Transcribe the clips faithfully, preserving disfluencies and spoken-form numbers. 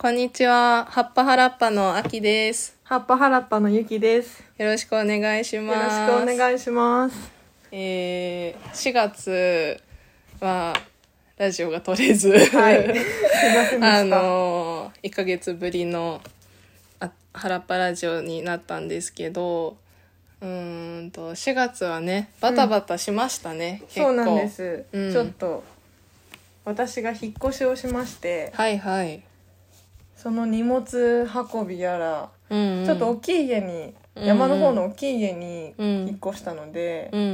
こんにちは。はっぱはらっぱのあきです。 はっぱはらっぱのゆきです。 よろしくお願いします。 よろしくお願いします。 えー、しがつはラジオが撮れず、 はい、すいませんでした。 あのいっかげつぶりのあはらっぱラジオになったんですけど、うーんとしがつはねバタバタしましたね、 うん、 結構。 そうなんです、 うん、 ちょっと私が引っ越しをしまして、 はいはい、その荷物運びやら、 うんうん、 ちょっと大きい家に、山の方の大きい家に引っ越したので、 うんうん、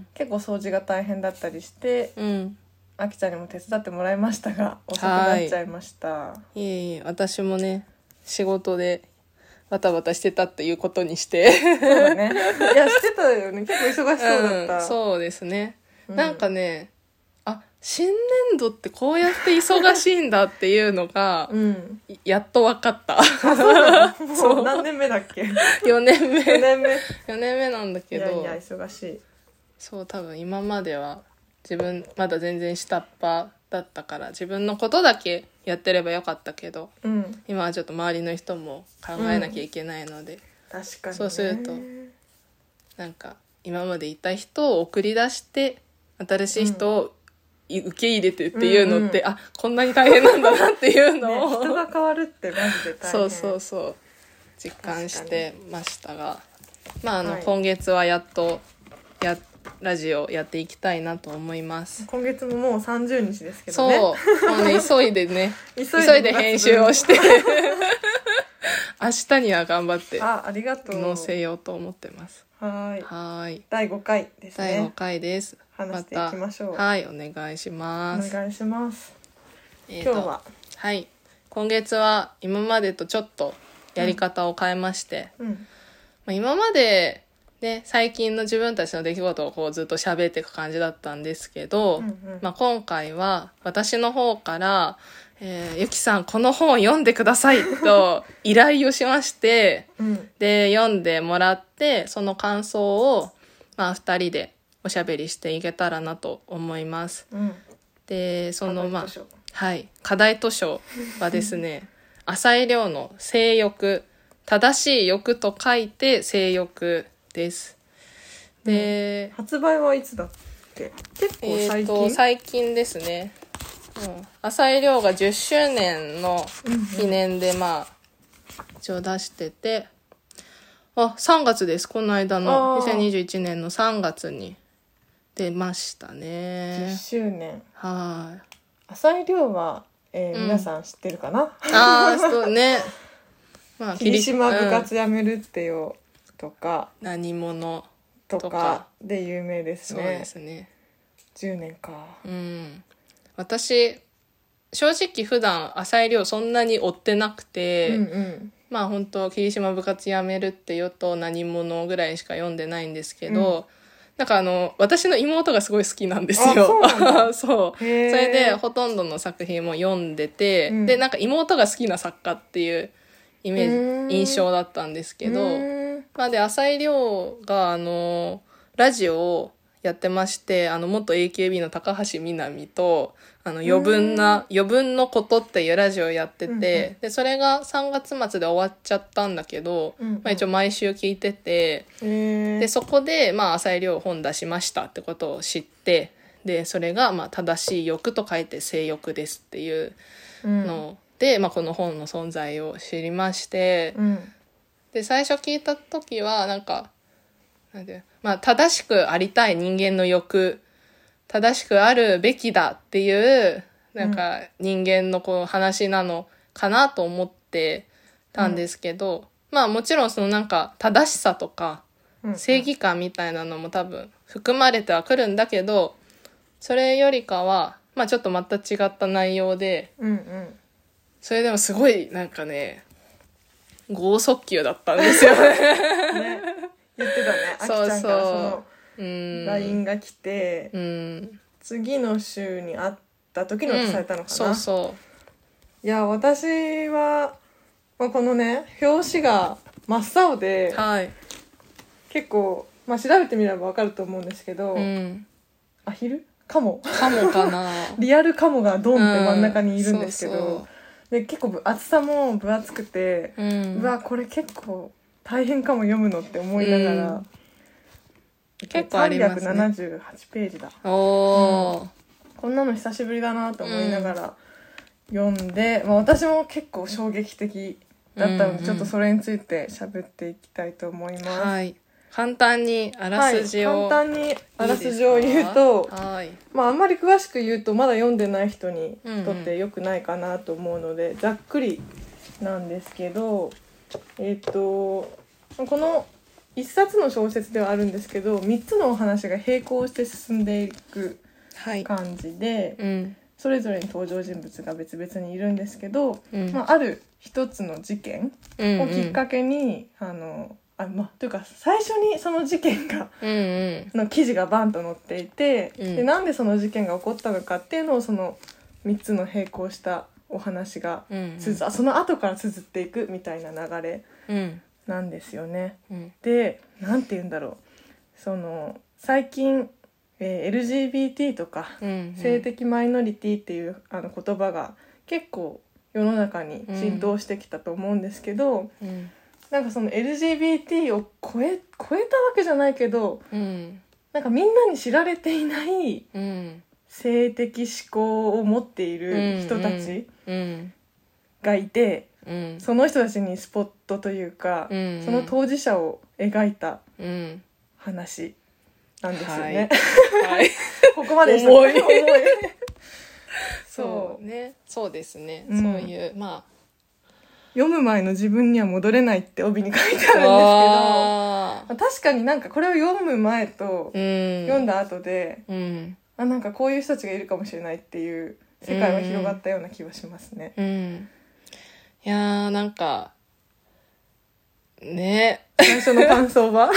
結構掃除が大変だったりして、 うん、 あきちゃんにも手伝ってもらいましたが遅くなっちゃいました。 はい、いえいえ、私もね仕事でバタバタしてたっていうことにしてそうだね、いやしてたよね、結構忙しそうだった、 うん、そうですね、 うん、なんかね、あ、新年度ってこうやって忙しいんだっていうのが、うん、やっと分かったそう、何年目だっけよねんめよねんめよねんめなんだけど、 いやいや忙しい。 そう、多分今までは自分まだ全然下っ端だったから自分のことだけやってればよかったけど、うん、今はちょっと周りの人も考えなきゃいけないので、 うん、確かにね、 そうするとなんか今までいた人を送り出して新しい人を受け入れてっていうのって、うんうん、あ、こんなに大変なんだなっていうのを、 ね、人が変わるってマジで大変。 そうそうそう実感してましたが、まああの、はい、今月はやっとやラジオやっていきたいなと思います。 今月ももうさんじゅうにちですけどね。 そうもうね急いでね急いで編集をして明日には頑張って載せようと思ってます。 はいはいだいごかいですね。 だいごかいです。 話していきましょう。 ま、はいお願いします。 お願いします。 えー、今日ははい今月は今までとちょっとやり方を変えまして、うんうんまあ、今までね、最近の自分たちの出来事をこうずっと喋っていく感じだったんですけど、うんうんまあ、今回は私の方からえー、ゆきさんこの本を読んでくださいと依頼をしまして、うん、で読んでもらってその感想を、まあ、ふたりでおしゃべりしていけたらなと思います、うん、でそのまあはい課題図書はですね浅井亮の性欲正しい欲と書いて性欲ですで、 うん、発売はいつだっけ？結構最近、 えーと、最近ですね、うん、浅井亮がじゅっしゅうねんの記念で、まあ一応出してて、あさんがつです。この間のにせんにじゅういちねんのさんがつに出ましたね。 じゅっしゅうねん。 はい。 浅井亮は、えーうん、皆さん知ってるかな？ ああそうね。 まあ霧島部活やめるってよ、うん、とか何者とかで有名ですね。 そうですね。 じゅうねんか。 うん。私正直普段浅井亮そんなに追ってなくて、うんうん、まあ本当霧島部活やめるってよと何者ぐらいしか読んでないんですけど、うん、なんかあの私の妹がすごい好きなんですよ。 そうなんだそうそれでほとんどの作品も読んでて、うん、でなんか妹が好きな作家っていうイメージ印象だったんですけど、まあで浅井亮があのラジオをやってまして、あの元 エーケービー の高橋みなみとあの余分な余分のことっていうラジオをやってて、うんうん、でそれがさんがつ末で終わっちゃったんだけど、うんうんまあ、一応毎週聞いてて、でそこでまあ浅井亮本出しましたってことを知って、でそれがまあ正しい欲と書いて性欲ですっていうの、うんで、まあ、この本の存在を知りまして、うん、で最初聞いた時はなんかなんて、まあ、正しくありたい人間の欲正しくあるべきだっていうなんか人間のこう話なのかなと思ってたんですけど、うん、まあもちろんそのなんか正しさとか正義感みたいなのも多分含まれてはくるんだけど、それよりかはまあちょっとまた違った内容で、うんうんそれでもすごいなんかね剛速球だったんですよねね言ってたねあきちゃんからその ライン が来て、うん、次の週に会った時に渡されたのかな、うん、そうそういや私は、まあ、このね表紙が真っ青で、はい、結構、まあ、調べてみれば分かると思うんですけど、うん、アヒルカモカモかなリアルカモがドンって真ん中にいるんですけど、うんそうそうで結構厚さも分厚くて、 うん、 うわこれ結構大変かも読むのって思いながら、うん、 結構ありますね。 さんびゃくななじゅうはちページだ。 おー、 うん、こんなの久しぶりだなと思いながら読んで、うん、まあ、私も結構衝撃的だったので、うんうん、ちょっとそれについて喋っていきたいと思います。 はい、簡単にあらすじを、 はい、簡単にあらすじを言うと、 はい、 まあ、あんまり詳しく言うとまだ読んでない人にとって良くないかなと思うので、うんうん、ざっくりなんですけど、えっとこの一冊の小説ではあるんですけど、みっつのお話が並行して進んでいく感じで、 はい、うん、 それぞれに登場人物が別々にいるんですけど、 うん、 まあ、ある一つの事件をきっかけに、うんうん、あのあまあ、というか最初にその事件が、 うんうん、 の記事がバンと載っていて、 うん、 でなんでその事件が起こったのかっていうのをそのみっつの並行したお話が、うんうん、その後から綴っていくみたいな流れなんですよね、うん、でなんて言うんだろう、その最近、えー、エルジービーティー とか、うんうん、性的マイノリティっていうあの言葉が結構世の中に浸透してきたと思うんですけど、うんうん、なんかその エルジービーティー を超え、超えたわけじゃないけど、うん、なんかみんなに知られていない性的思考を持っている人たちがいて、うんうん、その人たちにスポットというか、うんうん、その当事者を描いた話なんですよね、 はいはい、 ここまでした重い重いそうね、そうですね、うん、そういうまあ読む前の自分には戻れないって帯に書いてあるんですけど、確かになんかこれを読む前と読んだ後で、うん、あなんかこういう人たちがいるかもしれないっていう世界は広がったような気はしますね、 うんうん、いやーなんかね最初の感想は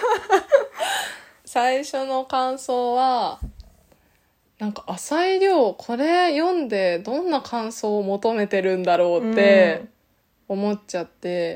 最初の感想はなんか浅井亮これ読んでどんな感想を求めてるんだろうって、うん思っちゃって、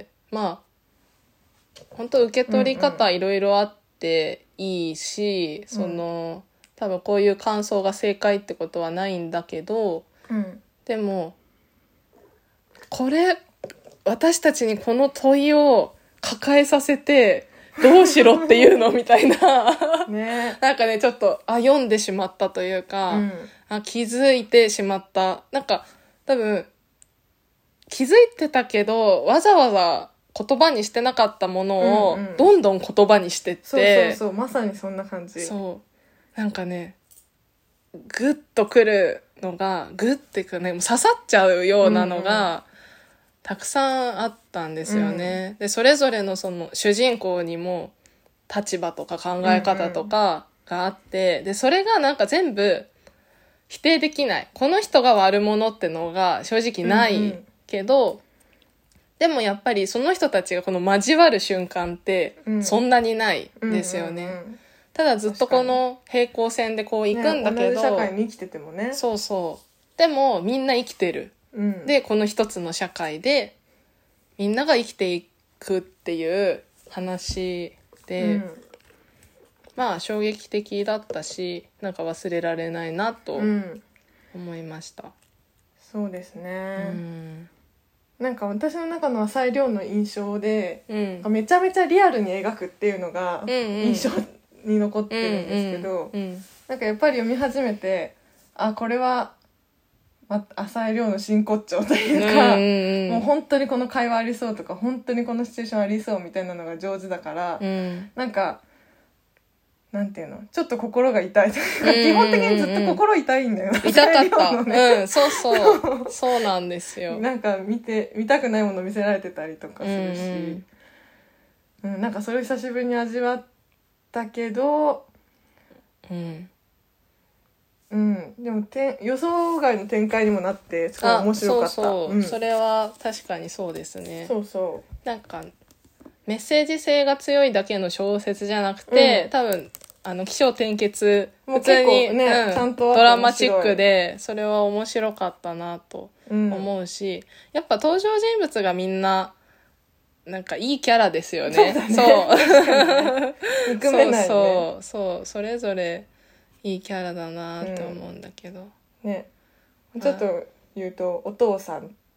まあ本当受け取り方いろいろあっていいし、うんうん、その多分こういう感想が正解ってことはないんだけど、うん、でもこれ私たちにこの問いを抱えさせてどうしろっていうのみたいな、ね、なんかねちょっとあ読んでしまったというか、うん、あ気づいてしまった、なんか多分気づいてたけどわざわざ言葉にしてなかったものをどんどん言葉にしてって、 うんうん、そうそうそうまさにそんな感じ。 そうなんかねグッとくるのがグッてくるねもう刺さっちゃうようなのがたくさんあったんですよね、うん、でそれぞれのその主人公にも立場とか考え方とかがあって、うんうん、でそれがなんか全部否定できない、この人が悪者ってのが正直ない、うんうんけどでもやっぱりその人たちがこの交わる瞬間ってそんなにないですよね、うんうんうん、ただずっとこの平行線でこう行くんだけど、ね、 同じ社会に生きててもねそうそうでもみんな生きてる、うん、でこの一つの社会でみんなが生きていくっていう話で、うん、まあ衝撃的だったしなんか忘れられないなと思いました、うん、 そうですね、うんなんか私の中の浅井亮の印象で、うん、めちゃめちゃリアルに描くっていうのが印象に残ってるんですけど、うんうんうん、なんかやっぱり読み始めてあこれは、ま、浅井亮の真骨頂というか、うんうんうん、もう本当にこの会話ありそうとか本当にこのシチュエーションありそうみたいなのが上手だから、うん、なんかなんていうのちょっと心が痛いというか、うんうんうん、基本的にずっと心痛いんだよ、 痛かった、ね、うんそうそうそうなんですよなんか見て見たくないもの見せられてたりとかするし、うんうんうん、なんかそれを久しぶりに味わったけどうんうん、でもて予想外の展開にもなってすごい面白かった。 そうそう、 うん、 それは確かにそうですね。 そうそうなんかメッセージ性が強いだけの小説じゃなくて、うん、多分あの起承転結普通に、ねうん、ちゃんとドラマチックでそれは面白かったなと思うし、うん、やっぱ登場人物がみんななんかいいキャラですよね。そう。憎めないね。そうそうそうそれぞれいいキャラだなって思うんだけど、 うん、ねちょっと言うとお父さん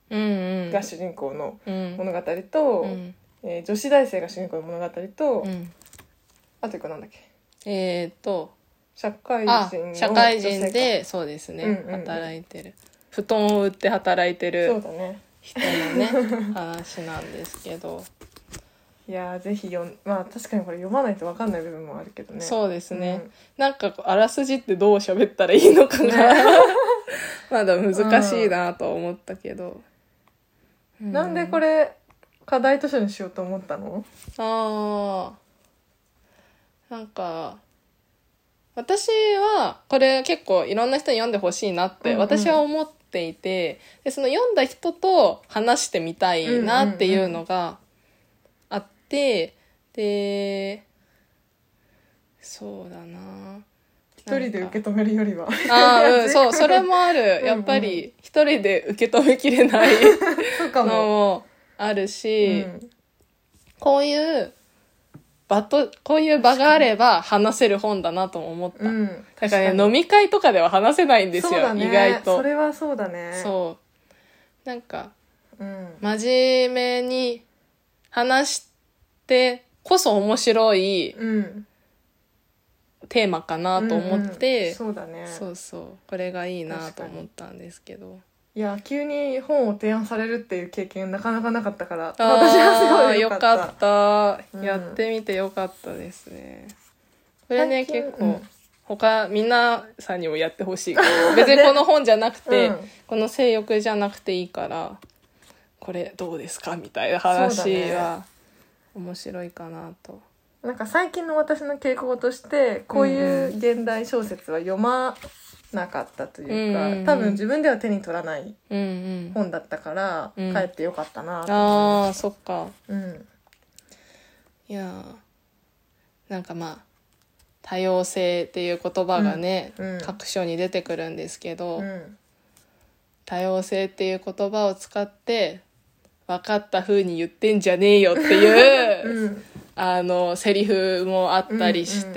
が主人公の物語と、うんえー、女子大生が主人公の物語と、うん、あと一個なんだっけえー、っと社会人の社会人でそうですね、うんうんうん、働いてる布団を売って働いてる人のね話なんですけどいやぜひ読んまあ確かにこれ読まないと分かんない部分もあるけどね。 そうですね、うん、なんかあらすじってどう喋ったらいいのかが、ね、まだ難しいなと思ったけど、 うん、なんでこれ課題図書にしようと思ったの？ あーなんか私はこれ結構いろんな人に読んでほしいなって私は思っていて、うんうん、でその読んだ人と話してみたいなっていうのがあって、でそうだな一人で受け止めるよりはあ、うん、そうそれもあるやっぱり一人で受け止めきれないのもあるし、うん、こういう場とこういう場があれば話せる本だなとも思った、うん、だからね飲み会とかでは話せないんですよ、ね、意外とそれはそうだね。 そうなんか、うん、真面目に話してこそ面白い、うんテーマかなと思って、 うんうん、そうだねそうそうこれがいいなと思ったんですけどいや急に本を提案されるっていう経験なかなかなかったから私はすごいよかったよかった、うん、やってみてよかったですねこれね結構、うん、他みんなさんにもやってほしいから別にこの本じゃなくて、うん、この性欲じゃなくていいからこれどうですかみたいな話は面白いかなと。 なんか最近の私の傾向としてこういう現代小説は読まなかったというか、うんうん、多分自分では手に取らない本だったから、うんうん、かえってよかったなと思いました。 あーそっか、 うん、 いやなんかまあ多様性っていう言葉がね、うんうん、各書に出てくるんですけど、うん、多様性っていう言葉を使って分かった風に言ってんじゃねえよっていう、うんあのセリフもあったりして、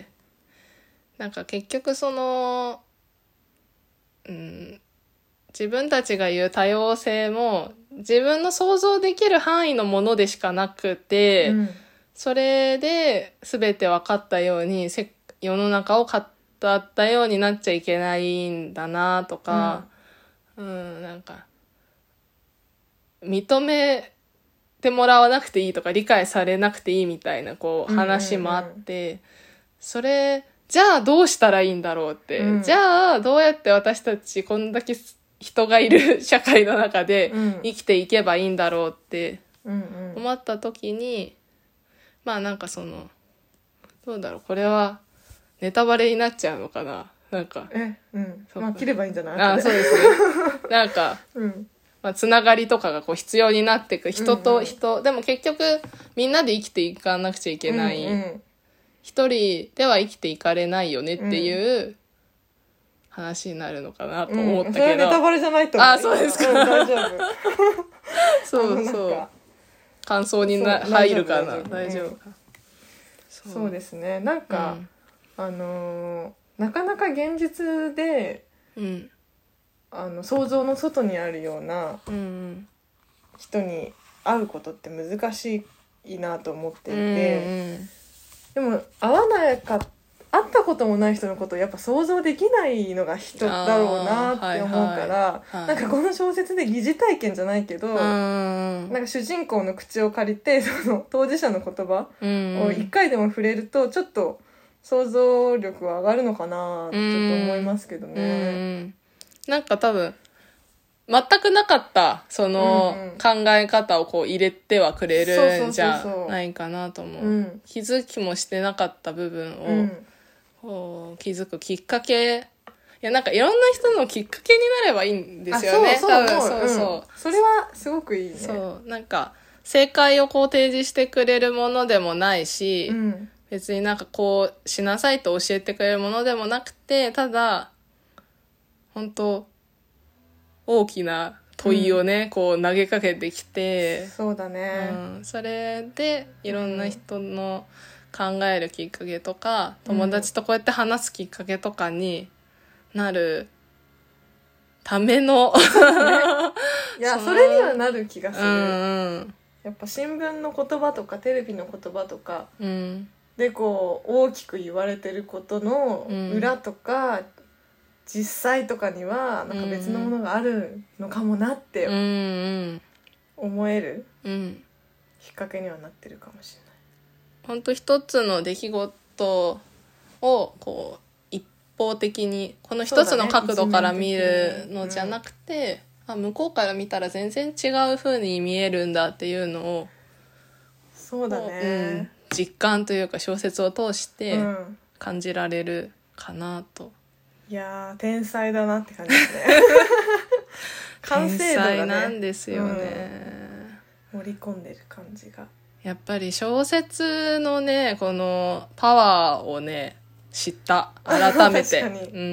うんうん、なんか結局その、うん、自分たちが言う多様性も自分の想像できる範囲のものでしかなくて、うん、それで全て分かったように世の中を語ったようになっちゃいけないんだなとか、うん、うん、なんか認めてもらわなくていいとか理解されなくていいみたいなこう話もあって、うんうんうん、それじゃあどうしたらいいんだろうって、うん、じゃあどうやって私たちこんだけ人がいる社会の中で生きていけばいいんだろうって思った時に、まあなんかそのどうだろうこれはネタバレになっちゃうのかななんかえうんまあ切ればいいんじゃない？ あそうですねなんか、うんまあ、つながりとかがこう必要になっていく人と人、うんうん、でも結局みんなで生きていかなくちゃいけない、うんうん、一人では生きていかれないよねっていう話になるのかなと思ったけど、うん、それはネタバレじゃないと思う。 あそうですか、うん、大丈夫そうそう感想にな入るかな大丈夫か、うん、 そう、そうですねなんか、うん、あのー、なかなか現実で、うんあの想像の外にあるような人に会うことって難しいなと思っていて、うんうん、でも会わないか会ったこともない人のことをやっぱ想像できないのが人だろうなって思うから、はいはい、なんかこの小説で疑似体験じゃないけど、うん、なんか主人公の口を借りてその当事者の言葉を一回でも触れるとちょっと想像力は上がるのかなってちょっと思いますけどね。うんうんなんか多分全くなかったその考え方をこう入れてはくれるんじゃないかなと思う、うん、気づきもしてなかった部分を、うん、こう気づくきっかけいやなんかいろんな人のきっかけになればいいんですよね。 そうそうそうそうそう、うん、それはすごくいいね。 そうなんか正解をこう提示してくれるものでもないし、うん、別になんかこうしなさいと教えてくれるものでもなくてただ本当大きな問いをね、うん、こう投げかけてきてそうだね、 うん、それでいろんな人の考えるきっかけとか、うん、友達とこうやって話すきっかけとかになるためのいやそれにはなる気がする、うんうん、やっぱ新聞の言葉とかテレビの言葉とか、うん、でこう大きく言われてることの裏とか、うん、実際とかにはなんか別のものがあるのかもなって思えるきっかけにはなってるかもしれない。 本当一つの出来事をこう一方的にこの一つの角度から見るのじゃなくて、うん、あ向こうから見たら全然違う風に見えるんだっていうのをそうだね、 うん、実感というか小説を通して感じられるかなと、うん、 いやー天才だなって感じですね完成度がね天才なんですよね、 うん、盛り込んでる感じがやっぱり小説のねこのパワーをね知った改めて確かに、うん、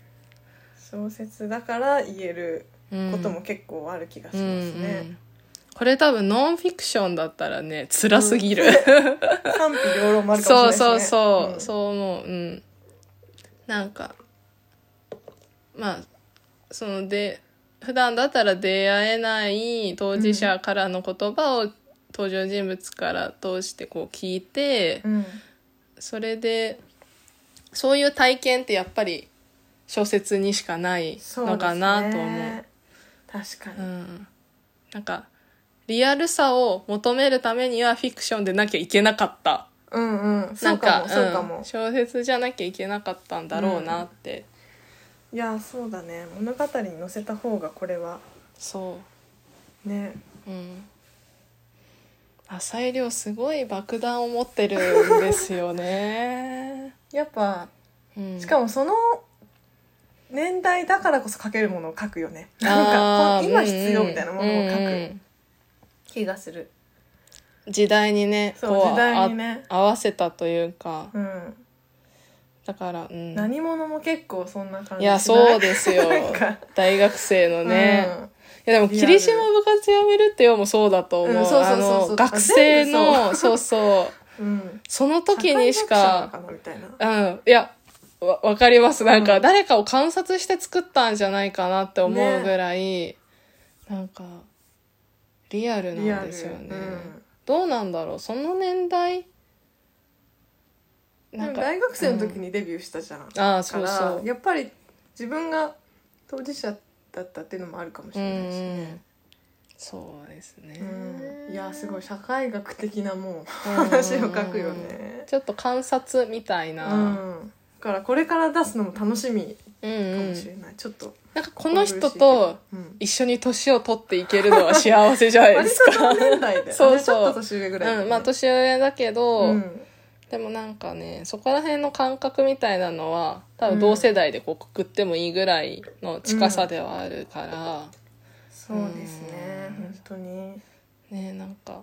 小説だから言えることも結構ある気がしますね、うんうんうん、 これ多分ノンフィクションだったらね辛すぎる、うん、 賛否両論もあるかもしれないですね。 そうそうそう、うん、そう思う、うん、なんかまあそので普段だったら出会えない当事者からの言葉を登場人物から通してこう聞いて、うん、それでそういう体験ってやっぱり小説にしかないのかなと思う。そうですね、 確かに、 うん、なんかリアルさを求めるためにはフィクションでなきゃいけなかった、 うんうん、そうかもそうかも、 うん、小説じゃなきゃいけなかったんだろうなって、 うん、いやそうだね物語に載せた方がこれはそうね、 うん浅井亮すごい爆弾を持ってるんですよねやっぱ、うん、しかもその年代だからこそ書けるものを書くよねなんか今必要みたいなものを書く気がする、 うんうん、時代にねそう時代にね合わせたというか、 うん、 だから、うん、 何者も結構そんな感じいやそうですよ大学生のね、うんいやでも霧島部活辞めるってよもそうだと思う、うん、そうそうそうそう学生のそうそう、うん、その時にしかうんいやわ分かりますなんか誰かを観察して作ったんじゃないかなって思うぐらい、ね、なんかリアルなんですよね、うん、どうなんだろうその年代なんか大学生の時にデビューしたじゃん、うん、 あそうそうやっぱり自分が当事者だったっていうのもあるかもしれないしね、うん、 そうですね、 うん、いやすごい社会学的なもう話を書くよね、 ちょっと観察みたいな、 うん、だからこれから出すのも楽しみかもしれない、うんうん、ちょっとなんかこの人と一緒に年を取っていけるのは幸せじゃないですか割と同年代で、ね、そうそうちょっと年上ぐらい、ね、 うんまあ年上だけど、うんでもなんかねそこら辺の感覚みたいなのは多分同世代でこうくくってもいいぐらいの近さではあるから、うん、 そうですね、うん、本当にねなんか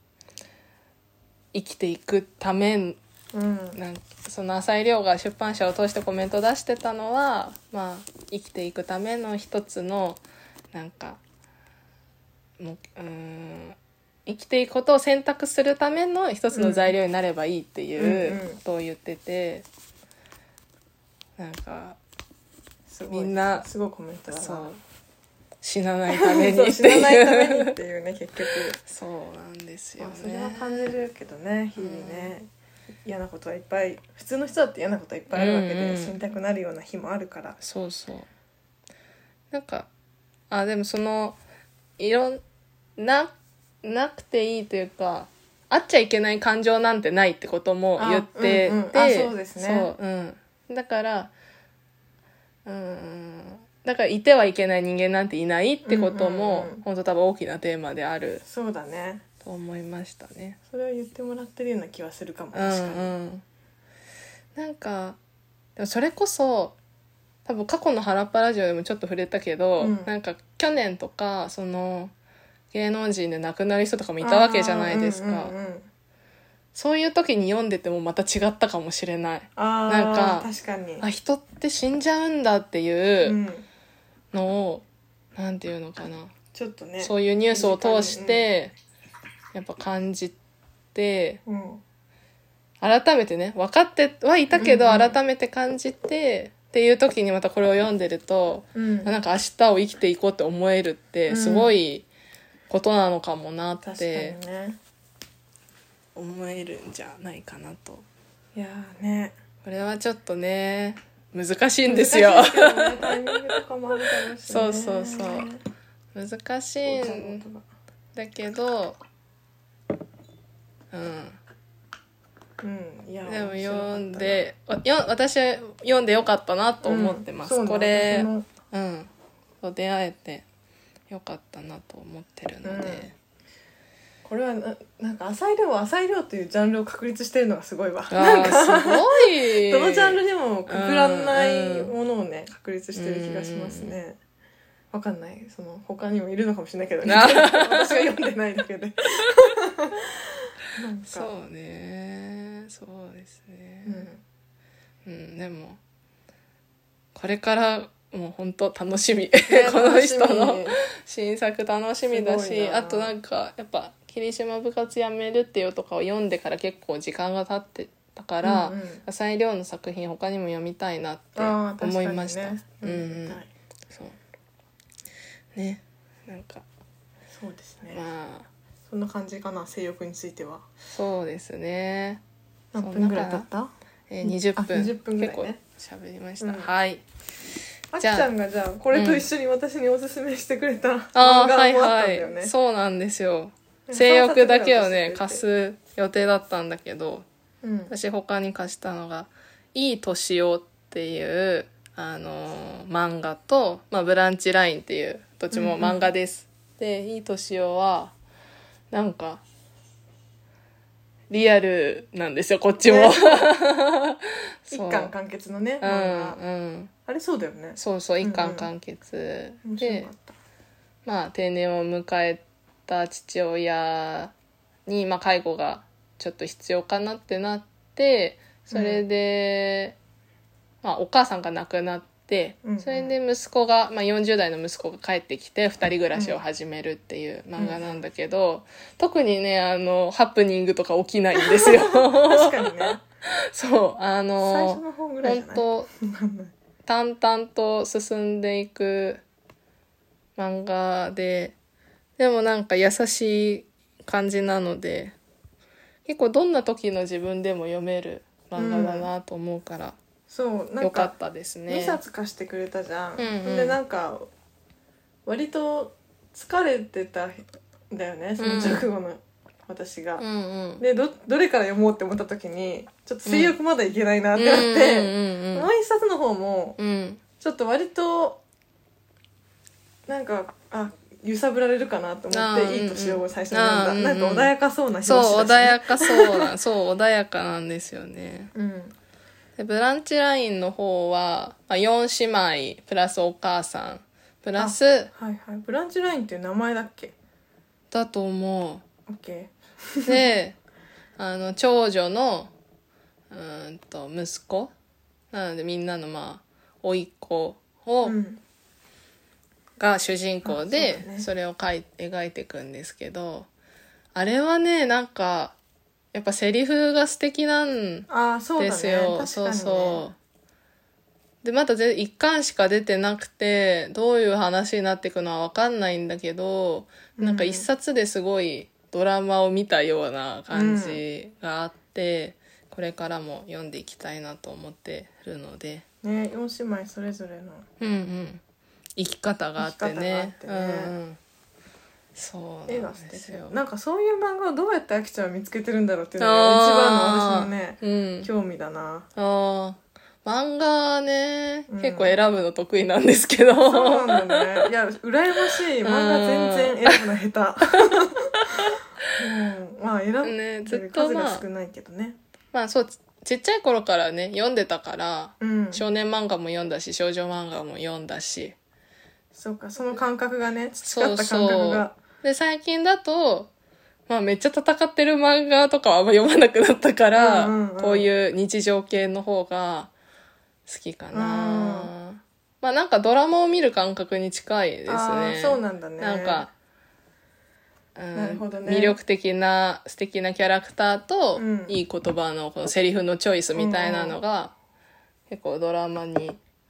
生きていくため、うん、なんかその浅井亮が出版社を通してコメント出してたのはまあ生きていくための一つのなんかもううん生きていくことを選択するための一つの材料になればいいっていうことを言ってて、うんうん、なんかみんなすごいコメントだなそう死なないためにそう死なないためにっていうね結局そうなんですよね、 まあ、それは感じるけどね日々ね、うん、嫌なことはいっぱい普通の人だって嫌なことはいっぱいあるわけで、うんうん、死にたくなるような日もあるからそうそうなんかあでもそのいろんななくていいというかあっちゃいけない感情なんてないってことも言ってて、うんうん、あそうですねそう、うん、だからうんだからいてはいけない人間なんていないってことも、うんうんうん、本当多分大きなテーマであるそうだねと思いましたねそれは言ってもらってるような気はするかも確かに、うんうん、 なんかでもそれこそ多分過去の原っぱラジオでもちょっと触れたけど、うん、なんか去年とかその芸能人で亡くなる人とかもいたわけじゃないですか、うんうんうん、そういう時に読んでてもまた違ったかもしれないあなんか確かにあ人って死んじゃうんだっていうのを、うん、なんていうのかなちょっとねそういうニュースを通してやっぱ感じて、うん、改めてね分かってはいたけど、うんうん、改めて感じてっていう時にまたこれを読んでると、 うん、 なんか明日を生きていこうって思えるってすごいことなのかもなって、 うん、確かにね、 思えるんじゃないかなと。 いやーね、 これはちょっとね難しいんですよ。 難しいですよね、タイミングとかもあるだろうし、ね、 そうそうそう難しいんだけど、うんうん、いやでも読んでよ私は読んでよかったなと思ってます、うん、これ、うん、出会えてよかったなと思ってるので、うん、 これは な, なんか浅井亮は浅井亮というジャンルを確立してるのがすごいわ。 なんかすごいどのジャンルでもくくらないものをね、うん、確立してる気がしますね。わかんない、その他にもいるのかもしれないけど、ね、私が読んでないだけでなんかそうね、そうですね、うん、うん、でもこれからもう本当楽しみ、ね、この人の新作楽しみだし、あとなんかやっぱ霧島部活やめるっていうとかを読んでから結構時間が経ってたから、うんうん、浅井亮の作品他にも読みたいなって思いました。ね、うんうん、はい、そうね、なんかそうですね、 まあそんな感じかな、性欲については。 そうですね。 何分ぐらい経った？ えー、にじゅっぷん。 にじゅっぷんぐらいね。 結構喋りました。うん、はい。 あきちゃんがじゃあこれと一緒に私におすすめしてくれた漫画もあったんだよね。はいはい、 そうなんですよ。性欲だけをね貸す予定だったんだけど、うん、私他に貸したのがいい年をっていうあのー、漫画と、まあ、ブランチラインっていうどっちも漫画です。うんうん、でいい年をはなんかリアルなんですよこっちも、ね、 一巻完結のね、 うんうん、 あれそうだよね、 そうそう一巻完結、うんうん、でまあ定年を迎えた父親に、まあ、介護がちょっと必要かなってなってそれで、うんまあ、お母さんが亡くなってでそれで息子が、まあ、よんじゅう代の息子が帰ってきてふたり暮らしを始めるっていう漫画なんだけど、うん、特にねあのハプニングとか起きないんですよ確かにねそうあの最初の方ぐらいじゃない？ 本当淡々と進んでいく漫画ででもなんか優しい感じなので結構どんな時の自分でも読める漫画だなと思うから、うんそうなんかよかったですね。 にさつ貸してくれたじゃん、 うんうん、 でなんか割と疲れてたんだよねその直後の私が、 うんうん、 で ど, どれから読もうって思った時にちょっと性欲まだいけないなってなって、うんうんうんうん、もう一冊の方もちょっと割となんかあ揺さぶられるかなと思っていい年を最初に読んだ、うんうん、なんか穏やかそうな表紙だし、ね、 そう穏やかそうなそう穏やかなんですよね、 うんでブランチラインの方は、まあ、よん姉妹プラスお母さんプラスはいはいブランチラインっていう名前だっけだと思う OK であの長女のうーんと息子なのでみんなのまあ甥っ子を、うん、が主人公で そ,、ね、それを描い描いていくんですけどあれはねなんかやっぱセリフが素敵なんですよ。 ああ、そうだね。確かにね。 そうそうでまだいっかんしか出てなくてどういう話になっていくのは分かんないんだけど、うん、なんか一冊ですごいドラマを見たような感じがあって、うん、これからも読んでいきたいなと思ってるのでねよん姉妹それぞれのうんうん生き方があってね。 生き方があってね、 うんうんそうなんですよ。 なんかそういう漫画をどうやってあきちゃんは見つけてるんだろうっていうのが一番の私のね、うん、興味だな。 あ漫画ね、うん、結構選ぶの得意なんですけどそうなんだね。いや羨ましい。漫画全然選ぶの下手、うん、まあ選ぶ、ね、ずっと数が少ないけどね、 まあ、まあそうちっちゃい頃からね読んでたから、 うん、 少年漫画も読んだし少女漫画も読んだしそうかその感覚がね培った感覚がで最近だと、まあ、めっちゃ戦ってる漫画とかはあんま読まなくなったから、うんうんうん、こういう日常系の方が好きかな、うん、まあなんかドラマを見る感覚に近いですね。 あそうなんだね。 なんか、うん、 なるほどね、 魅力的な素敵なキャラクターと、うん、いい言葉のこのセリフのチョイスみたいなのが、うんうん、結構ドラマに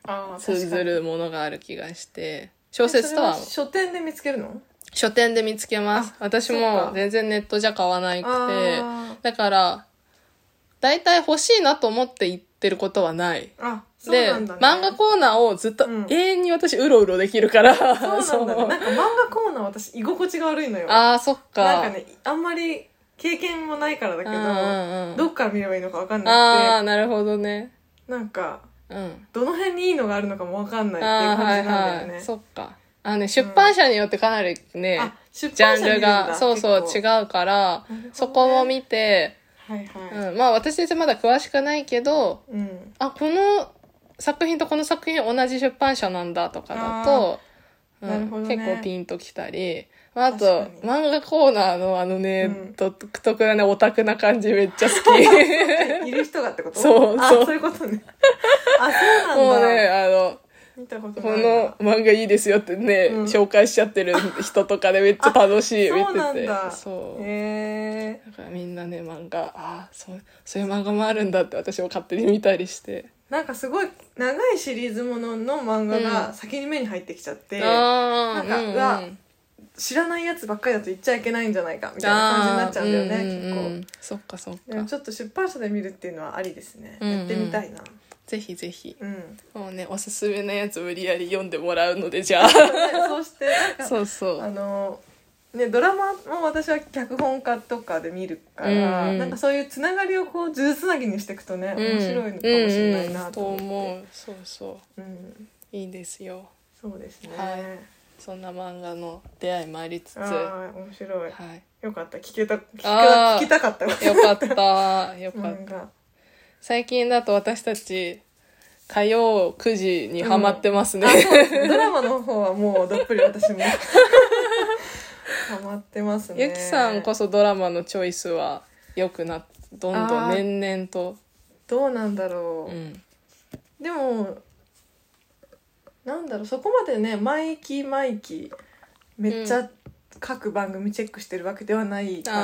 通ずるものがある気がして、小説とは書店で見つけるの？ 書店で見つけます。私も全然ネットじゃ買わないくて、だからだいたい欲しいなと思って言ってることはない。 あ、そうなんだね。 で、漫画コーナーをずっと永遠に私うろうろできるから、 うん、そうなんだね。なんか漫画コーナー私居心地が悪いのよ。 あー、そっか。 なんかね、あんまり経験もないからだけど、うんうん、どっから見ればいいのか分かんなくて。 ああ、なるほどね。 なんか、うん、どの辺にいいのがあるのかも分かんないっていう感じなんだよね。はいはい、 そっか。あのね、出版社によってかなりね、うん、ジャンルが、そうそう違うから、ね、そこも見て、はいはい、うん、まあ私たちまだ詳しくないけど、うん、あ、この作品とこの作品同じ出版社なんだとかだと、うん、なるほどね、結構ピンときたり、あと、漫画コーナーのあのね、うん、独特なね、オタクな感じめっちゃ好き。 いる人がってこと？ そう、 そう。そういうことね。あ、そうなんだ。 もうね、あの、 見たことないこの漫画いいですよってね、うん、紹介しちゃってる人とかでめっちゃ楽しい、見てて。 そうなんだ。 そう。 へだからみんなね、漫画、あ、そう、そういう漫画もあるんだって私も勝手に見たりして。 なんかすごい長いシリーズものの漫画が先に目に入ってきちゃって、うん、なんか、うんうん、が知らないやつばっかりだと言っちゃいけないんじゃないかみたいな感じになっちゃうんだよね、うんうんうん、結構。 そっかそっか。 ちょっと出版社で見るっていうのはありですね、うんうん、やってみたいな。 ぜひぜひ、 うん、 もうねおすすめなやつ無理やり読んでもらうので、じゃあそしてなんかそうそうあのね、ドラマも私は脚本家とかで見るから、うんうん、なんかそういうつながりをこう数珠つなぎにしていくとね、うん、面白いのかもしれないなと思って、うんうん、 思う。そうそう、うん、いいですよ。 そうですね、 はい、そんな漫画の出会いもありつつ、 あ面白い、 はい、 よかった、聞けた、聞き聞きたかったよかったよかった最近だと私たち火曜くじにハマってますね、 うん、ドラマの方はもうどっぷり私もハマってますね。 ゆきさんこそドラマのチョイスは良くなっどんどん年々と。 どうなんだろう、うん、でもなんだろう、そこまでね毎期毎期めっちゃ各番組チェックしてるわけではないから、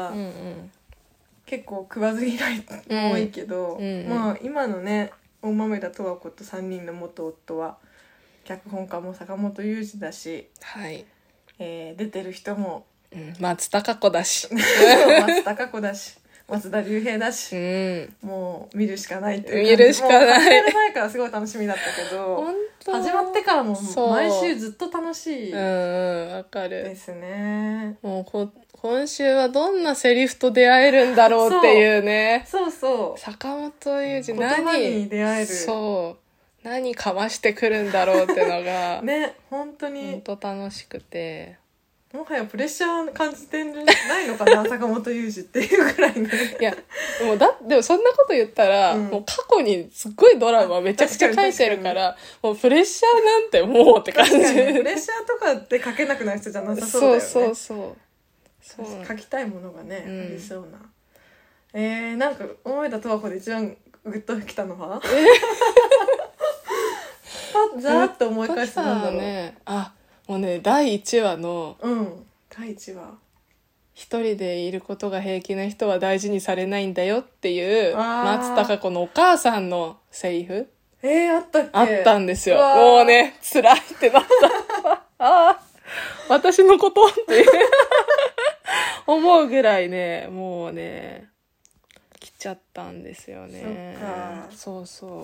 うんうん、結構食わず嫌いも多いけど、うんうん、まあ今のね大豆田十和子とさんにんの元夫は脚本家も坂本雄二だし、 はい、 えー、出てる人も、 うん、松たか子だし松たか子だし松田龍平だし、うん、もう見るしかないっていう見るしかない。もう始まる前からすごい楽しみだったけど始まってからも毎週ずっと楽しいわかるですね。 もうこ今週はどんなセリフと出会えるんだろうっていうね。 そうそう坂本雄二何言葉に出会える、 そう何かましてくるんだろうってのがね本当に本当楽しくて、 もはやプレッシャー感じてないのかな坂本雄二っていうぐらいのいやもうだでもそんなこと言ったら、うん、もう過去にすっごいドラマめちゃくちゃ書いてるからもうプレッシャーなんてもうって感じ。プレッシャーとかって書けなくなる人じゃなさそうだよね。 そうそうそうそう書きたいものがね、うん、ありそうな。えー、なんか大豆田十和子で一番グッときたのはパッザーッと思い返してなんだろう、 ね、あもうねだいいちわのうんだいいちわ一人でいることが平気な人は大事にされないんだよっていう松たか子のお母さんのセリフえー、あったっけ。 あったんですよ。もうね辛いってなったああ私のことって思うぐらいねもうね来ちゃったんですよね。 そっかそう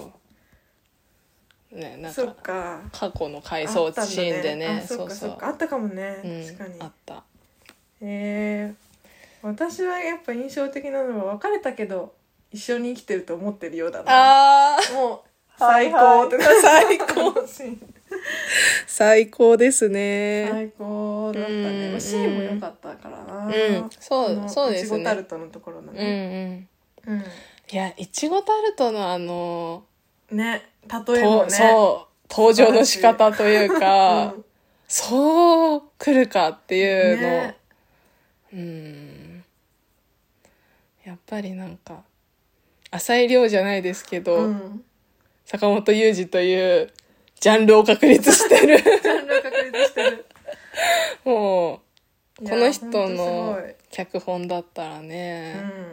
そうねなんそっか過去の回想シーンでね、 あそうかそうかあったかもね、うん、確かにあった。 えー、私はやっぱ印象的なのは別れたけど一緒に生きてると思ってるようだな。 あもう最高ってな、 はいはい、最高最高ですね。 最高だったね、うん、シーンも良かったからな、 うん、そうそうですね。 いちごタルトのところのね、うんうんうん、いやいちごタルトのあのね例えもねそう登場の仕方というか、うん、そう来るかっていうの、ね、うんやっぱりなんか浅井亮じゃないですけど、うん、坂本雄二というジャンルを確立してるジャンルを確立してるもうこの人の脚本だったらね、うん、やっ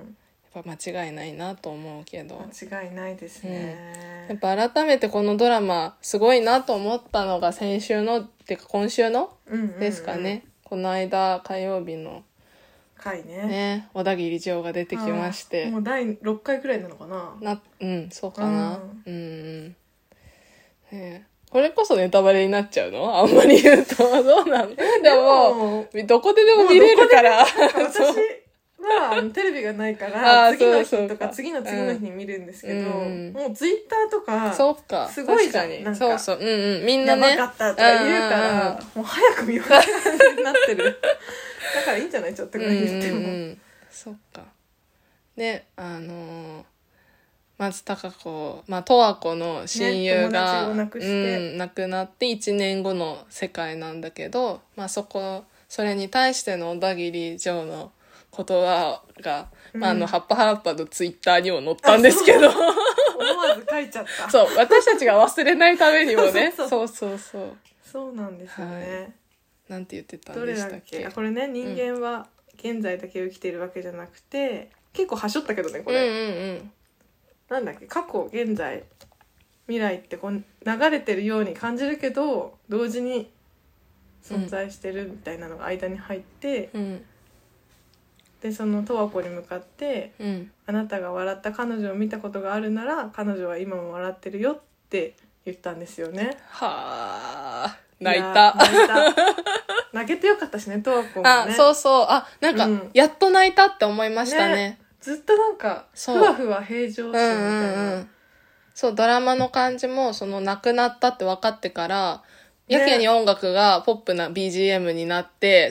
やっぱ間違いないなと思うけど。 間違いないですね、 うん、やっぱ改めてこのドラマすごいなと思ったのが先週のってか今週の、うんうんうん、ですかね。この間火曜日の回ねね、小田切丈が出てきまして、 もうだいろっかいくらいなのかな。 な、うんそうかな。うん、うんね、これこそネタバレになっちゃうの？あんまり言うとどうなの？でもどこででも見れるから。 私はテレビがないから次の日とか次の次の日に見るんですけど、うん、もうツイッターとかそうかすごいじゃん。なんかそうそう、うんうん、みんなねやばかったとか言うから、うんうんうん、もう早く見ようって感じになってる。だからいいんじゃないちょっとぐらい言っても、うんうんうん、 そっか。であのー、松たか子、まあ、十和子の親友が、ね、亡くして、うん、亡くなっていちねんごの世界なんだけど、まあ、そこそれに対しての小田切丈の言葉が、まあ、あの、葉っぱはっぱのツイッターにも載ったんですけど。思わず書いちゃった。 そう、私たちが忘れないためにもね。そうそうそうそう。 そうなんですよね。はい、 なんて言ってたんでしたっけ？ どれだっけ？あ、これね、人間は現在だけ生きているわけじゃなくて、結構はしょったけどね、これ。うんうんうん。なんだっけ？過去、現在、未来ってこう流れてるように感じるけど、同時に存在してるみたいなのが間に入って、うんでその十和子に向かって、うん、あなたが笑った彼女を見たことがあるなら彼女は今も笑ってるよって言ったんですよね。 はあ、泣いた。 泣いた。泣けてよかったしね、十和子もね。 あ、そうそう、あ、なんか、うん、やっと泣いたって思いましたね。ね、 ずっとなんかふわふわ平常心みたいな、うんうんうん、 そうドラマの感じもその亡くなったって分かってから。やけに音楽がポップな ビージーエム になって、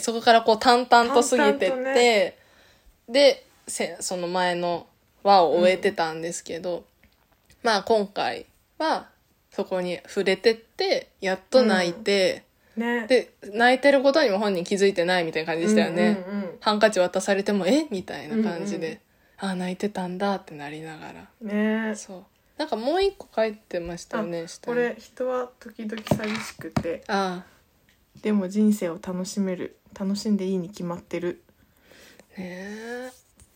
そこからこう淡々と過ぎてって、ね、でせその前の輪を終えてたんですけど、うん、まあ今回はそこに触れてってやっと泣いて、うんね、で泣いてることにも本人気づいてないみたいな感じでしたよね、うんうんうん、ハンカチ渡されてもえみたいな感じで、うんうん、ああ泣いてたんだってなりながら、ね、そうなんかもう一個書いてましたよね。 これ人は時々寂しくて、ああでも人生を楽しめる、楽しんでいいに決まってる。ねえ、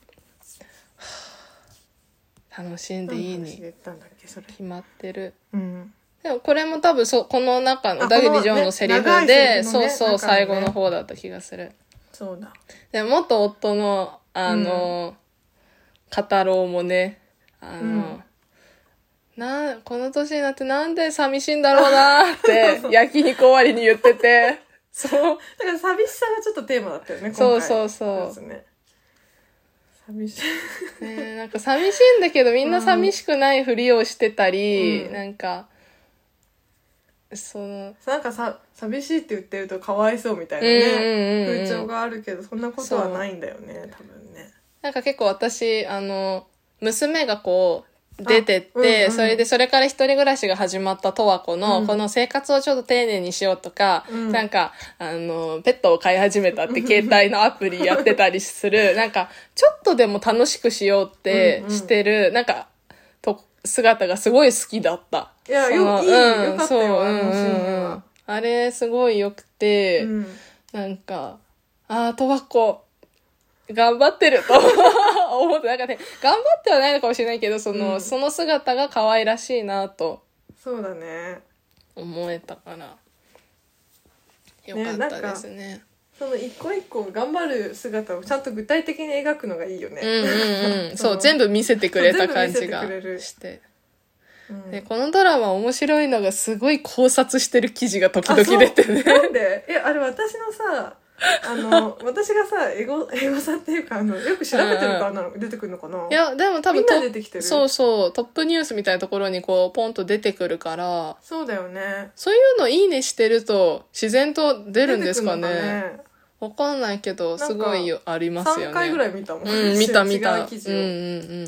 楽しんでいいに決まってる。うん、でもこれも多分そこの中の小田切丈のセリフで、ね、そうそう、ね、最後の方だった気がする。 そうだ。 で元夫のあの、うん、語ろうもね、あの、うんなこの年になってなんで寂しいんだろうなって焼肉終わりに言っててそうだから寂しさがちょっとテーマだったよね今回。 そうそうそう、ね、 寂しいね、なんか寂しいんだけどみんな寂しくないふりをしてたり、うん、なんかそのなんかさ寂しいって言ってるとかわいそうみたいなね、うんうんうんうん、風潮があるけどそんなことはないんだよね多分ね。 なんか結構私あの娘がこう出てって、うんうん、それでそれから一人暮らしが始まった十和子の、うん、この生活をちょっと丁寧にしようとか、うん、なんかあのペットを飼い始めたって携帯のアプリやってたりするなんかちょっとでも楽しくしようってしてる、うんうん、なんかと姿がすごい好きだった。 いやよいい、うん、よかったよ、あのシーンは。 あれすごい良くて、うん、なんかあー十和子頑張ってると思って、なんかね、頑張ってはないのかもしれないけど、その、うん、その姿が可愛らしいなと。 そうだね。 思えたから、よかったですね。ねその一個一個頑張る姿をちゃんと具体的に描くのがいいよね。うんうんうん。そう、全部見せてくれた感じがして。うん、でこのドラマ面白いのがすごい考察してる記事が時々出てね。 なんでえ、あれ私のさ、あの私がさエゴエゴさっていうかあのよく調べてるからなの、うん、出てくるのかな。 いやでも多分みんな出てきてる。 そうそうトップニュースみたいなところにこうポンと出てくるから。 そうだよね。 そういうのいいねしてると自然と出るんですかね。ねわかんないけどすごいありますよね。 さんかいぐらい見たもん。 うん見た見た。うんうんうん。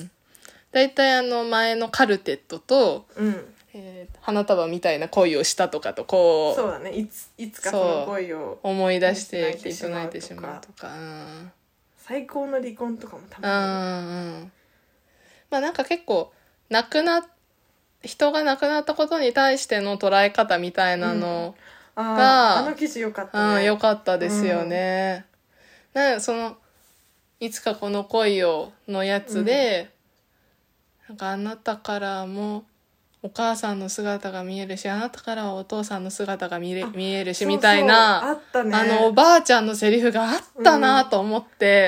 だいたいあの前のカルテットと。うんえー、花束みたいな恋をしたとかとこうそうだねいつ、いつかその恋を思い出してきっと泣いてしまうとか、うん、 最高の離婚とかもたまに、うんうん、まあなんか結構亡くな人が亡くなったことに対しての捉え方みたいなのが、うん、 あ, あの記事よかったね、 うん、よかったですよね、うん、なんかそのいつかこの恋をのやつで、うん、なんかあなたからもお母さんの姿が見えるし、あなたからはお父さんの姿が見れ見えるしみたいな、 そうそうあったね、 あのおばあちゃんのセリフがあったなと思って、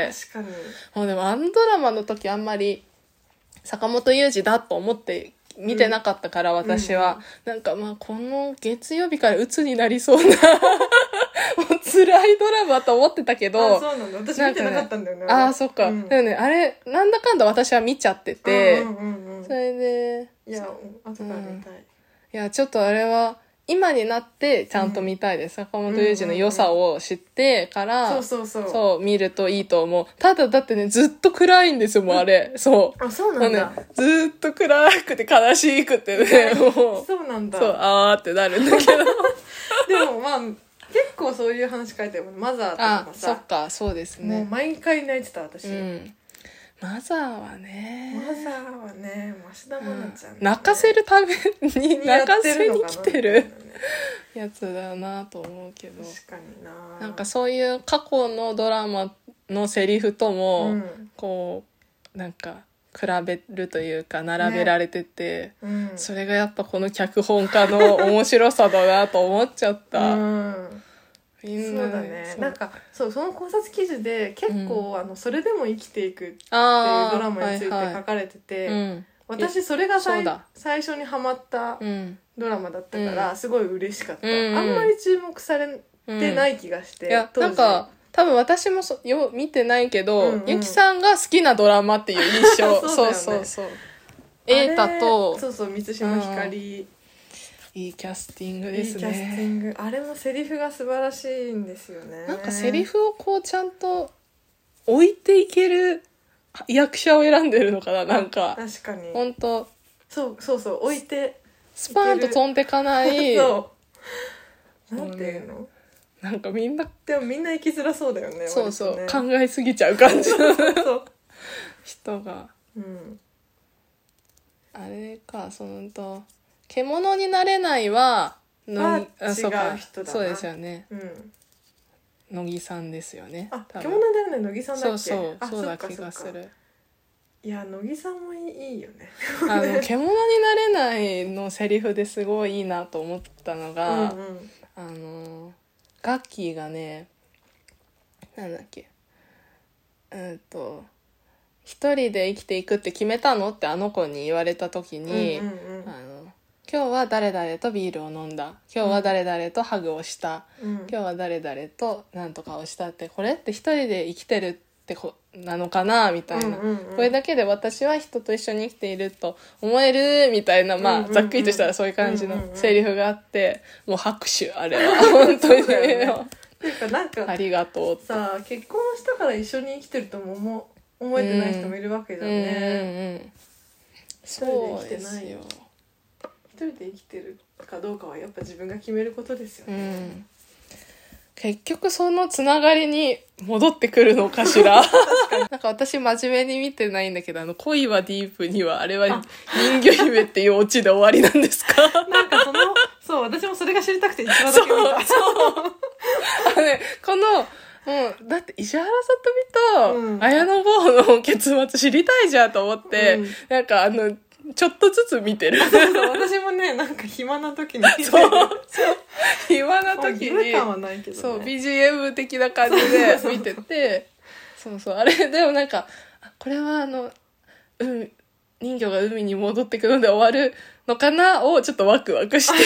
うん、確かに。 もうでもあのドラマの時あんまり坂本雄二だと思って見てなかったから、うん、私は、うん、なんかまあこの月曜日から鬱になりそうなもう辛いドラマと思ってたけど、 あ、そうなんだ、私見てなかったんだよね。 ああ、そっか、うん、でもね、あれなんだかんだ私は見ちゃってて、 うんうんうん、それでいや後から見たい、うん、いやちょっとあれは今になってちゃんと見たいです、うん、坂本龍二の良さを知ってから、 うんうんうん、そうそうそうそう見るといいと思う。ただだってねずっと暗いんですよもうあれ、そうあ、そうなんだ、 ね、ずっと暗くて悲しくてねもうそうなんだ、 そうあーってなるんだけどでもまあ結構そういう話書いてるもん、マザーとかさ。 あ、そっか、そうですね。 もう毎回泣いてた私、うん、 マザーはねマザーはね増田愛菜ちゃん、ね、 泣かせるために泣かせに来てるやつだなと思うけど、 確かにな。 なんかそういう過去のドラマのセリフとも、うん、こうなんか比べるというか並べられてて、ね、うん、それがやっぱこの脚本家の面白さだなと思っちゃった、うんみんなそうだね。なんかそうその考察記事で結構、うん、あのそれでも生きていくっていうドラマについて書かれてて、はいはい、うん、私それが最初にハマったドラマだったから、うん、すごい嬉しかった、うん、あんまり注目されてない気がして、うん、 いやなんか多分私もそよ見てないけど、うんうん、ゆきさんが好きなドラマっていう印象そう、ね、そうそうそう瑛太とそうそう満島ひかり、うんいいキャスティングですね。 いいキャスティング。あれもセリフが素晴らしいんですよね。 なんかセリフをこうちゃんと置いていける役者を選んでるのかな、なんか。 確かに。 本当。 そうそうそう置いてスパーンと飛んでかない。 そう。なんていうの？ なんかみんなでもみんな生きづらそうだよね。 そうそう、ね、考えすぎちゃう感じのそう人が。うん。あれかそのと。獣になれないはのぎあそうか違う人だな。 そうですよね、うん、乃木さんですよね。 あ、獣になれない乃木さんだっけ。 そうそうそうだ気がする。 いや乃木さんもいい、いいよねあの獣になれないのセリフですごいいいなと思ったのが、うんうん、あのガッキーがねなんだっけうんと一人で生きていくって決めたのってあの子に言われた時に、うんうんうん、あの今日は誰々とビールを飲んだ、今日は誰々とハグをした、うん、今日は誰々となんとかをしたって、これって一人で生きてるってこなのかなみたいな、うんうんうん、これだけで私は人と一緒に生きていると思えるみたいな、まあ、うんうんうん、ざっくりとしたらそういう感じのセリフがあって、もう拍手あれは本当にねなんかありがとうって。 さあ結婚したから一緒に生きてるとも思思えてない人もいるわけだよね、うんうんうん、 そうですよ。 一人で生きてるかどうかはやっぱ自分が決めることですよね、うん、 結局そのつながりに戻ってくるのかしらなんか私真面目に見てないんだけど、あの恋はディープにはあれは人魚姫っていうオチで終わりなんですかなんかそのそう私もそれが知りたくて一話だけ見た。 そうそうあの、ね、このもうだって石原さとみと綾野剛の結末知りたいじゃんと思って、うん、なんかあのちょっとずつ見てる。 そうそう私もねなんか暇な時に見てる。 そうそう暇な時に感はないけど、ね、 そう ビージーエム 的な感じで見ててそうそうあれでもなんかこれはあの海人魚が海に戻ってくるので終わるのかなをちょっとワクワクして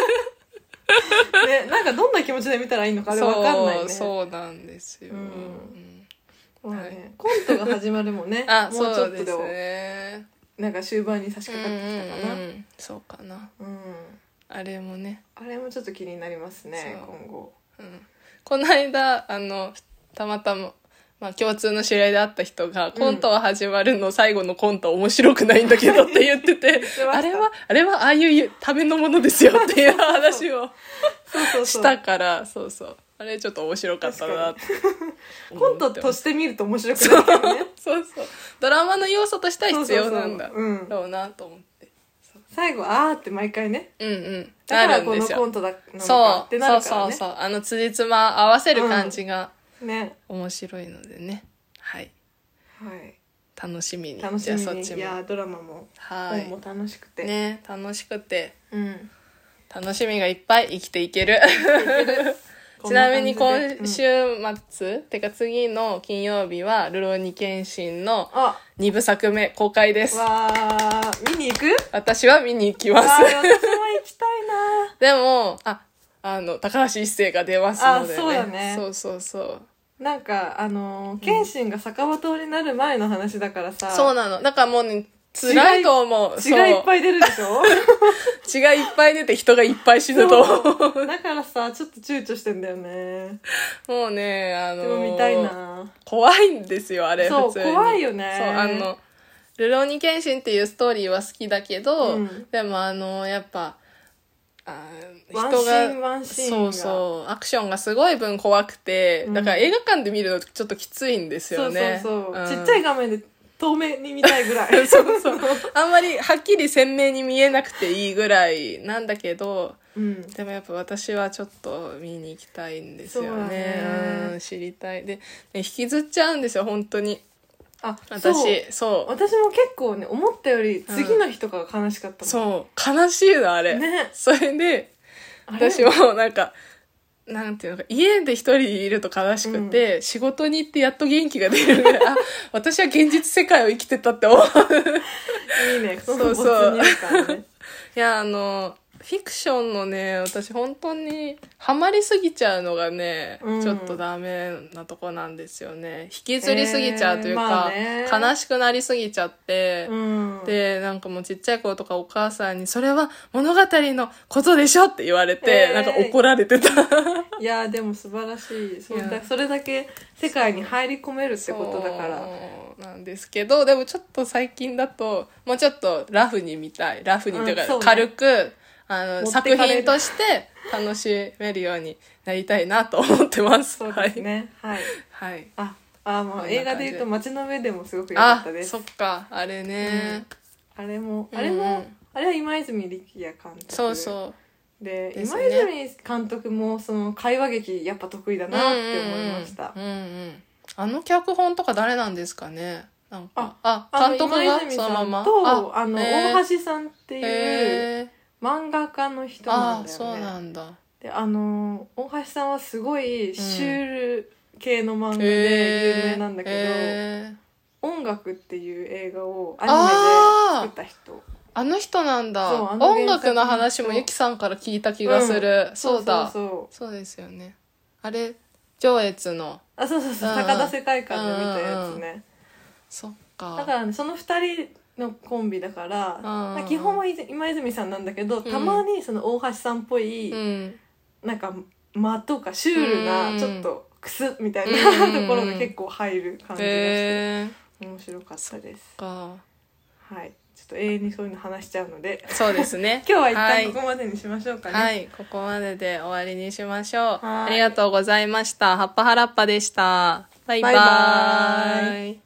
ね、なんかどんな気持ちで見たらいいのかあれ分かんないね。 そうなんですよ、うんうんまあねはい、コントが始まるもねあもうちょっとでそうですねなんか終盤に差し掛かってきたかな、うんうん、 そうかな、うん、あれもねあれもちょっと気になりますね今後、 うん、この間あのたまたま、まあ、共通の知り合いで会った人が、うん、コントは始まるの最後のコント面白くないんだけどって言っててあれはあれはああいうためのものですよっていう話をしたからそうそうあれちょっと面白かったなってコントとして見ると面白くないけどねそうそうドラマの要素としては必要なんだろうなと思って、 そう最後あーって毎回ねうんうんだからこのコントだのかってなるからね。 そうそうそうそうあの辻褄合わせる感じが、うん、ね面白いのでねはいはい楽しみに楽しみにじゃあそっちもいやドラマもはい本も楽しくてね楽しくて、 うん、 楽しみがいっぱい生きていけるちなみに今週末、うん、てか次の金曜日はルローニケンシンのにぶさくめ公開です。 わー見に行く？ 私は見に行きます。 私も行きたいなでもああの高橋一生が出ますのでね。 あそうだね。 そうそうそうなんかあのケンシンが酒場島になる前の話だからさ、 うん、そうなの。だからもうね辛いと思う。 血がいっぱい出るでしょ血がいっぱい出て人がいっぱい死ぬと思う。 だからさちょっと躊躇してんだよね。 もうねあのー、 でも見たいな。 怖いんですよあれ。 そう普通に怖いよね。 そうあのルローニケンシンっていうストーリーは好きだけど、 うん、 でもあのやっぱあ人がワンシーンワンシーンそうそうアクションがすごい分怖くて、うん、だから映画館で見るのちょっときついんですよね。 そうそうそう、 うん、 ちっちゃい画面で透明に見たいぐらいそうそうあんまりはっきり鮮明に見えなくていいぐらいなんだけど、うん、でもやっぱ私はちょっと見に行きたいんですよね。 ねうん知りたいで、ね、引きずっちゃうんですよ本当に。 あ私そう私も結構ね思ったより次の日とかが悲しかったもん、うん、そう悲しいのあれ、 ね、 それで私もなんかなんていうのか家で一人いると悲しくて、うん、仕事に行ってやっと元気が出るぐらいあ私は現実世界を生きてたって思ういいねその没入感ね。 いやあのフィクションのね私本当にハマりすぎちゃうのがね、うん、ちょっとダメなとこなんですよね。引きずりすぎちゃうというか、えーまあ、悲しくなりすぎちゃって、うん、でなんかもうちっちゃい子とかお母さんにそれは物語のことでしょって言われて、えー、なんか怒られてたいやでも素晴らしい。そだそれだけ世界に入り込めるってことだからそうなんですけど、でもちょっと最近だともうちょっとラフに見たいラフにというか、うんね、軽くあの作品として楽しめるようになりたいなと思ってます。 そうですね。はい。 はい。 あ、あもう映画で言うと街の上でもすごく良かったです。 あ、そっか、あれね。 うん、あれも、あれも、うんうん、あれは今泉力也監督。 そうそう。 で、でね、今泉監督もその会話劇やっぱ得意だなって思いました。 うんうんうん。うんうん、あの脚本とか誰なんですかね。なんかあ、あ監督がそのまま。 と、あの、えー、大橋さんっていう、えー漫画家の人なんだよね。あ、そうなんだ。で、あの大橋さんはすごいシュール系の漫画で有名なんだけど、えー、音楽っていう映画をアニメで作った人。 あの人なんだ。そう、あの音楽の話もゆきさんから聞いた気がする。うん、そうだ。そうそうそう。そうですよね。あれ上越の。 あ、そうそうそう。高田世界観で見たやつね。うんうん、 そっか。 だからねその二人のコンビだから、うん、基本は今泉さんなんだけど、たまにその大橋さんっぽい、うん、なんか間とかシュールなちょっとクスみたいな、うん、ところが結構入る感じがして、えー、面白かったです。はい、ちょっと永遠にそういうの話しちゃうのでそうですね今日は一旦ここまでにしましょうかね。 はい、はい、ここまでで終わりにしましょう。ありがとうございました。はっぱはらっぱでした。バイバーイ。バイバーイ。